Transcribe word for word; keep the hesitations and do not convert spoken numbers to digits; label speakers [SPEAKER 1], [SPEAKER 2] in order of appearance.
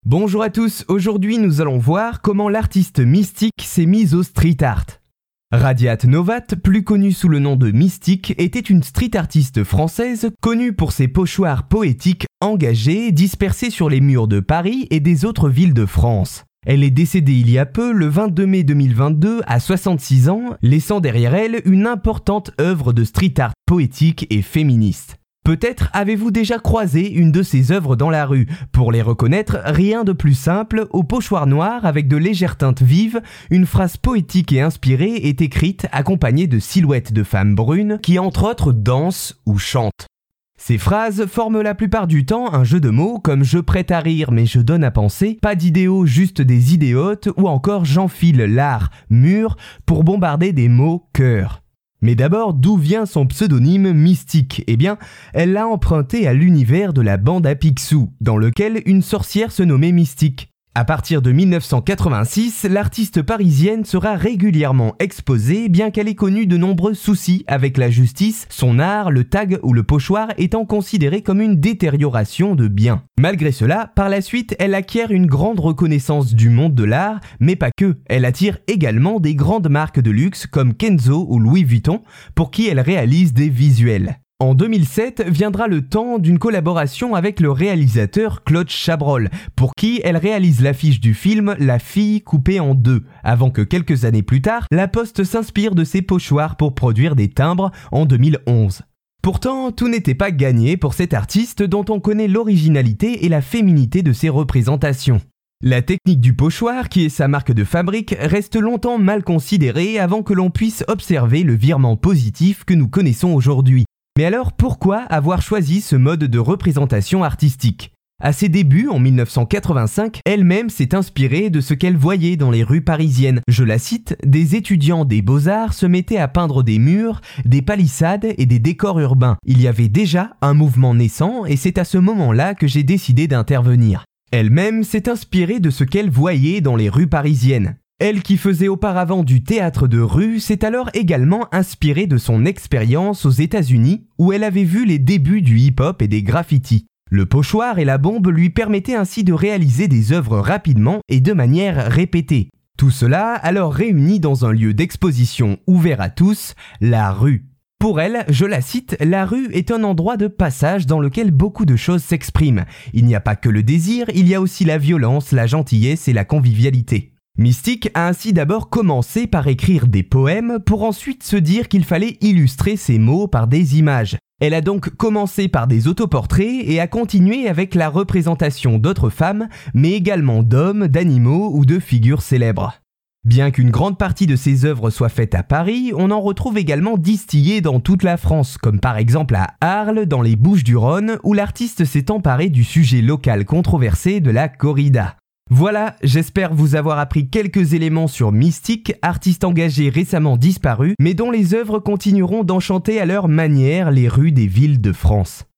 [SPEAKER 1] Bonjour à tous, aujourd'hui nous allons voir comment l'artiste Mystique s'est mise au street art. Radiat Novat, plus connue sous le nom de Mystique, était une street artiste française connue pour ses pochoirs poétiques engagés dispersés sur les murs de Paris et des autres villes de France. Elle est décédée il y a peu, le vingt-deux mai deux mille vingt-deux, à soixante-six ans, laissant derrière elle une importante œuvre de street art poétique et féministe. Peut-être avez-vous déjà croisé une de ses œuvres dans la rue. Pour les reconnaître, rien de plus simple, au pochoir noir avec de légères teintes vives, une phrase poétique et inspirée est écrite accompagnée de silhouettes de femmes brunes qui entre autres dansent ou chantent. Ces phrases forment la plupart du temps un jeu de mots comme « je prête à rire mais je donne à penser »,« pas d'idéaux, juste des idéotes » ou encore « j'enfile l'art, mur » pour bombarder des mots « cœur ». Mais d'abord, d'où vient son pseudonyme Mystique ? Eh bien, elle l'a emprunté à l'univers de la bande à Picsou, dans lequel une sorcière se nommait Mystique. À partir de mille neuf cent quatre-vingt-six, l'artiste parisienne sera régulièrement exposée, bien qu'elle ait connu de nombreux soucis avec la justice, son art, le tag ou le pochoir étant considéré comme une détérioration de biens. Malgré cela, par la suite, elle acquiert une grande reconnaissance du monde de l'art, mais pas que, elle attire également des grandes marques de luxe comme Kenzo ou Louis Vuitton, pour qui elle réalise des visuels. En deux mille sept viendra le temps d'une collaboration avec le réalisateur Claude Chabrol, pour qui elle réalise l'affiche du film La fille coupée en deux, avant que quelques années plus tard, La Poste s'inspire de ses pochoirs pour produire des timbres en deux mille onze. Pourtant, tout n'était pas gagné pour cet artiste dont on connaît l'originalité et la féminité de ses représentations. La technique du pochoir, qui est sa marque de fabrique, reste longtemps mal considérée avant que l'on puisse observer le virement positif que nous connaissons aujourd'hui. Mais alors pourquoi avoir choisi ce mode de représentation artistique ? À ses débuts, en mille neuf cent quatre-vingt-cinq, elle-même s'est inspirée de ce qu'elle voyait dans les rues parisiennes. Je la cite, « Des étudiants des beaux-arts se mettaient à peindre des murs, des palissades et des décors urbains. Il y avait déjà un mouvement naissant et c'est à ce moment-là que j'ai décidé d'intervenir. » Elle-même s'est inspirée de ce qu'elle voyait dans les rues parisiennes. Elle qui faisait auparavant du théâtre de rue s'est alors également inspirée de son expérience aux États-Unis où elle avait vu les débuts du hip-hop et des graffitis. Le pochoir et la bombe lui permettaient ainsi de réaliser des œuvres rapidement et de manière répétée. Tout cela alors réuni dans un lieu d'exposition ouvert à tous, la rue. Pour elle, je la cite, « La rue est un endroit de passage dans lequel beaucoup de choses s'expriment. Il n'y a pas que le désir, il y a aussi la violence, la gentillesse et la convivialité. » Mystique a ainsi d'abord commencé par écrire des poèmes pour ensuite se dire qu'il fallait illustrer ses mots par des images. Elle a donc commencé par des autoportraits et a continué avec la représentation d'autres femmes, mais également d'hommes, d'animaux ou de figures célèbres. Bien qu'une grande partie de ses œuvres soit faite à Paris, on en retrouve également distillées dans toute la France, comme par exemple à Arles, dans les Bouches-du-Rhône, où l'artiste s'est emparé du sujet local controversé de la corrida. Voilà, j'espère vous avoir appris quelques éléments sur Mystique, artiste engagé récemment disparu, mais dont les œuvres continueront d'enchanter à leur manière les rues des villes de France.